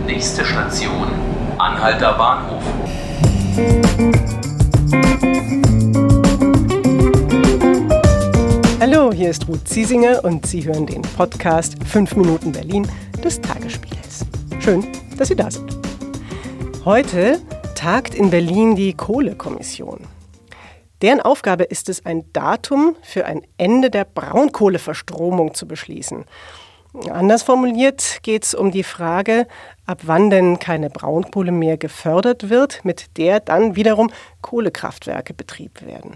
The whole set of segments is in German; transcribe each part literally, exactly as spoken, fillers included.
Nächste Station, Anhalter Bahnhof. Hallo, hier ist Ruth Ziesinger und Sie hören den Podcast fünf Minuten Berlin des Tagesspiegels. Schön, dass Sie da sind. Heute tagt in Berlin die Kohlekommission. Deren Aufgabe ist es, ein Datum für ein Ende der Braunkohleverstromung zu beschließen. Anders formuliert geht es um die Frage, ab wann denn keine Braunkohle mehr gefördert wird, mit der dann wiederum Kohlekraftwerke betrieben werden.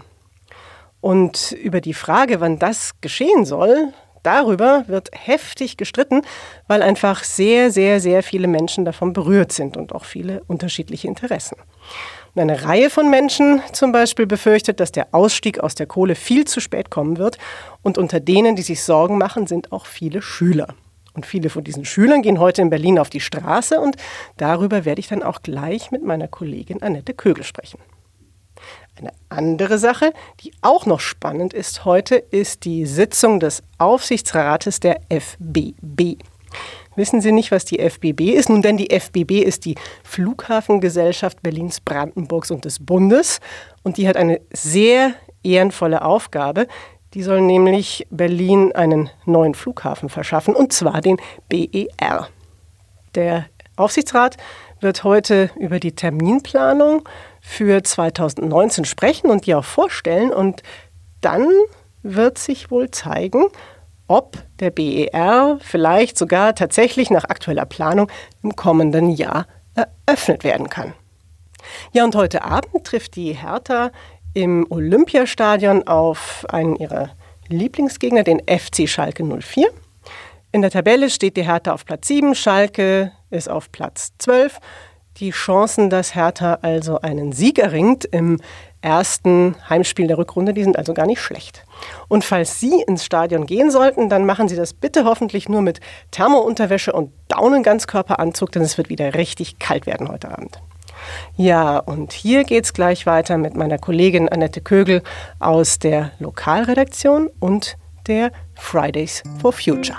Und über die Frage, wann das geschehen soll, darüber wird heftig gestritten, weil einfach sehr, sehr, sehr viele Menschen davon berührt sind und auch viele unterschiedliche Interessen. Und eine Reihe von Menschen zum Beispiel befürchtet, dass der Ausstieg aus der Kohle viel zu spät kommen wird. Und unter denen, die sich Sorgen machen, sind auch viele Schüler. Und viele von diesen Schülern gehen heute in Berlin auf die Straße. Und darüber werde ich dann auch gleich mit meiner Kollegin Annette Kögel sprechen. Eine andere Sache, die auch noch spannend ist heute, ist die Sitzung des Aufsichtsrates der F B B. Wissen Sie nicht, was die F B B ist? Nun denn, die F B B ist die Flughafengesellschaft Berlins, Brandenburgs und des Bundes. Und die hat eine sehr ehrenvolle Aufgabe. Die soll nämlich Berlin einen neuen Flughafen verschaffen, und zwar den B E R. Der Aufsichtsrat wird heute über die Terminplanung für zweitausendneunzehn sprechen und die auch vorstellen. Und dann wird sich wohl zeigen, ob der B E R vielleicht sogar tatsächlich nach aktueller Planung im kommenden Jahr eröffnet werden kann. Ja, und heute Abend trifft die Hertha im Olympiastadion auf einen ihrer Lieblingsgegner, den F C Schalke null vier. In der Tabelle steht die Hertha auf Platz sieben, Schalke ist auf Platz zwölf. Die Chancen, dass Hertha also einen Sieg erringt im ersten Heimspiel der Rückrunde, die sind also gar nicht schlecht. Und falls Sie ins Stadion gehen sollten, dann machen Sie das bitte hoffentlich nur mit Thermounterwäsche und Daunenganzkörperanzug, denn es wird wieder richtig kalt werden heute Abend. Ja, und hier geht's gleich weiter mit meiner Kollegin Annette Kögel aus der Lokalredaktion und der Fridays for Future.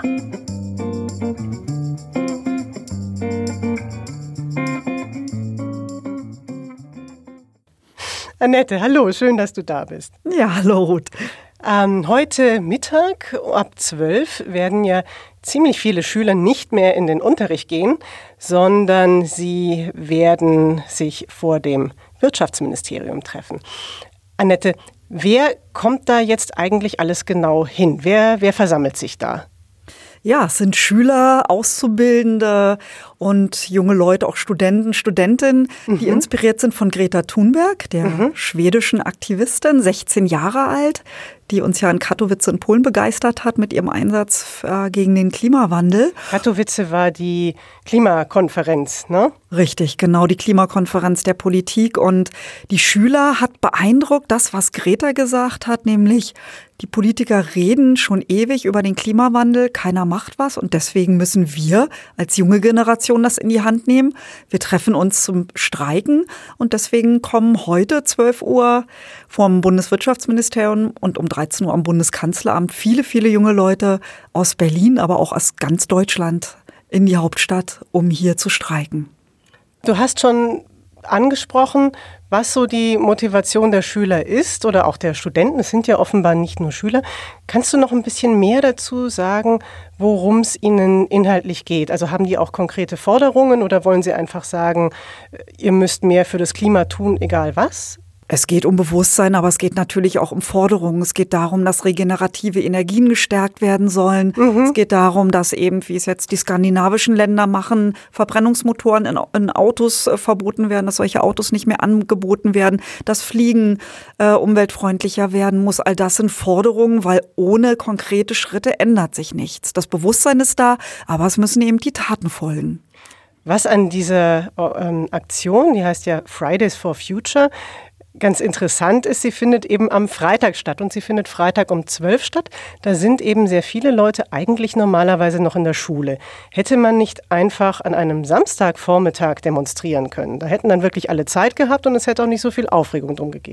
Annette, hallo, schön, dass du da bist. Ja, hallo Ruth. Ähm, heute Mittag ab zwölf werden ja ziemlich viele Schüler nicht mehr in den Unterricht gehen, sondern sie werden sich vor dem Wirtschaftsministerium treffen. Annette, wer kommt da jetzt eigentlich alles genau hin? Wer, wer versammelt sich da? Ja, es sind Schüler, Auszubildende und junge Leute, auch Studenten, Studentinnen, mhm. die inspiriert sind von Greta Thunberg, der mhm. schwedischen Aktivistin, sechzehn Jahre alt, die uns ja in Katowice in Polen begeistert hat mit ihrem Einsatz äh, gegen den Klimawandel. Katowice war die Klimakonferenz, ne? Richtig, genau, die Klimakonferenz der Politik. Und die Schüler hat beeindruckt das, was Greta gesagt hat, nämlich die Politiker reden schon ewig über den Klimawandel, keiner macht was und deswegen müssen wir als junge Generation das in die Hand nehmen. Wir treffen uns zum Streiken und deswegen kommen heute zwölf Uhr vom Bundeswirtschaftsministerium und um dreizehn Uhr am Bundeskanzleramt viele, viele junge Leute aus Berlin, aber auch aus ganz Deutschland in die Hauptstadt, um hier zu streiken. Du hast schon angesprochen, was so die Motivation der Schüler ist oder auch der Studenten. Es sind ja offenbar nicht nur Schüler. Kannst du noch ein bisschen mehr dazu sagen, worum es ihnen inhaltlich geht? Also haben die auch konkrete Forderungen oder wollen sie einfach sagen, ihr müsst mehr für das Klima tun, egal was? Es geht um Bewusstsein, aber es geht natürlich auch um Forderungen. Es geht darum, dass regenerative Energien gestärkt werden sollen. Mhm. Es geht darum, dass eben, wie es jetzt die skandinavischen Länder machen, Verbrennungsmotoren in, in Autos äh, verboten werden, dass solche Autos nicht mehr angeboten werden, dass Fliegen äh, umweltfreundlicher werden muss. All das sind Forderungen, weil ohne konkrete Schritte ändert sich nichts. Das Bewusstsein ist da, aber es müssen eben die Taten folgen. Was an dieser ähm, Aktion, die heißt ja Fridays for Future, ganz interessant ist, sie findet eben am Freitag statt und sie findet Freitag um zwölf statt. Da sind eben sehr viele Leute eigentlich normalerweise noch in der Schule. Hätte man nicht einfach an einem Samstagvormittag demonstrieren können? Da hätten dann wirklich alle Zeit gehabt und es hätte auch nicht so viel Aufregung drum gegeben.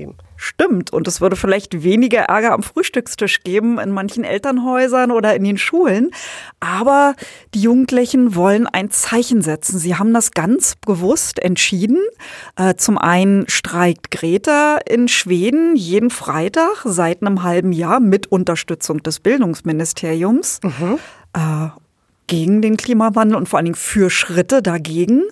stimmt. Und es würde vielleicht weniger Ärger am Frühstückstisch geben in manchen Elternhäusern oder in den Schulen. Aber die Jugendlichen wollen ein Zeichen setzen. Sie haben das ganz bewusst entschieden. Äh, zum einen streikt Greta in Schweden jeden Freitag seit einem halben Jahr mit Unterstützung des Bildungsministeriums. Mhm. Äh, gegen den Klimawandel und vor allen Dingen für Schritte dagegen.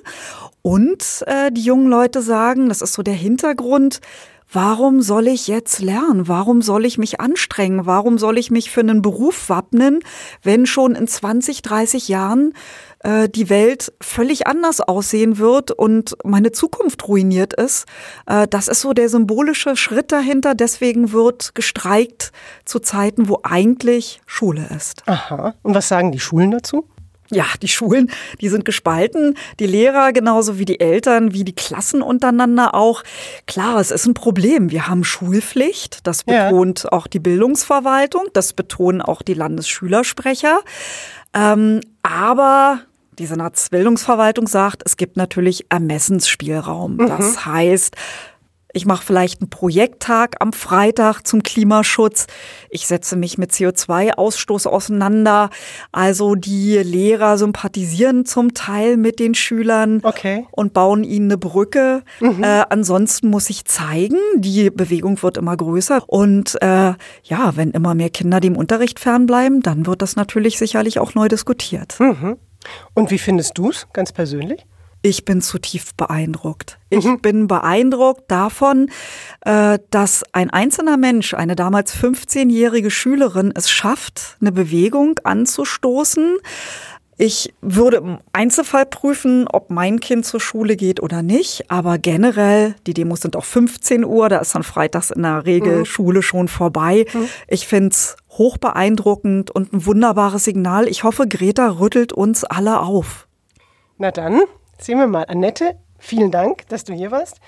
Und äh, die jungen Leute sagen, das ist so der Hintergrund, warum soll ich jetzt lernen? Warum soll ich mich anstrengen? Warum soll ich mich für einen Beruf wappnen, wenn schon in zwanzig, dreißig Jahren äh, die Welt völlig anders aussehen wird und meine Zukunft ruiniert ist? Äh, das ist so der symbolische Schritt dahinter. Deswegen wird gestreikt zu Zeiten, wo eigentlich Schule ist. Aha. Und was sagen die Schulen dazu? Ja, die Schulen, die sind gespalten. Die Lehrer genauso wie die Eltern, wie die Klassen untereinander auch. Klar, es ist ein Problem. Wir haben Schulpflicht. Das betont ja. auch die Bildungsverwaltung. Das betonen auch die Landesschülersprecher. Ähm, aber die Senatsbildungsverwaltung sagt, es gibt natürlich Ermessensspielraum. Mhm. Das heißt, ich mache vielleicht einen Projekttag am Freitag zum Klimaschutz. Ich setze mich mit C O zwei Ausstoß auseinander. Also die Lehrer sympathisieren zum Teil mit den Schülern okay. und bauen ihnen eine Brücke. Mhm. Äh, ansonsten muss ich zeigen, die Bewegung wird immer größer. Und äh, ja, wenn immer mehr Kinder dem Unterricht fernbleiben, dann wird das natürlich sicherlich auch neu diskutiert. Mhm. Und wie findest du es ganz persönlich? Ich bin zutiefst beeindruckt. Ich mhm. bin beeindruckt davon, dass ein einzelner Mensch, eine damals fünfzehnjährige Schülerin, es schafft, eine Bewegung anzustoßen. Ich würde im Einzelfall prüfen, ob mein Kind zur Schule geht oder nicht. Aber generell, die Demos sind auch fünfzehn Uhr, da ist dann freitags in der Regel mhm. Schule schon vorbei. Mhm. Ich finde es hoch beeindruckend und ein wunderbares Signal. Ich hoffe, Greta rüttelt uns alle auf. Na dann. Sehen wir mal. Annette, vielen Dank, dass du hier warst.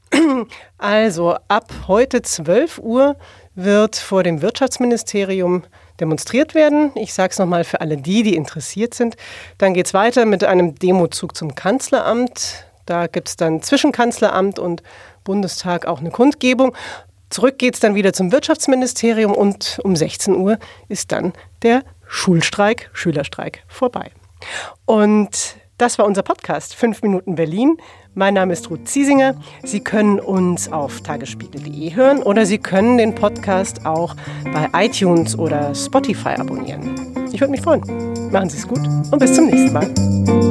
Also ab heute zwölf Uhr wird vor dem Wirtschaftsministerium demonstriert werden. Ich sage es nochmal für alle die, die interessiert sind. Dann geht es weiter mit einem Demozug zum Kanzleramt. Da gibt es dann zwischen Kanzleramt und Bundestag auch eine Kundgebung. Zurück geht es dann wieder zum Wirtschaftsministerium und um sechzehn Uhr ist dann der Schulstreik, Schülerstreik vorbei. Und das war unser Podcast fünf Minuten Berlin. Mein Name ist Ruth Ziesinger. Sie können uns auf tagesspiegel punkt de hören oder Sie können den Podcast auch bei iTunes oder Spotify abonnieren. Ich würde mich freuen. Machen Sie es gut und bis zum nächsten Mal.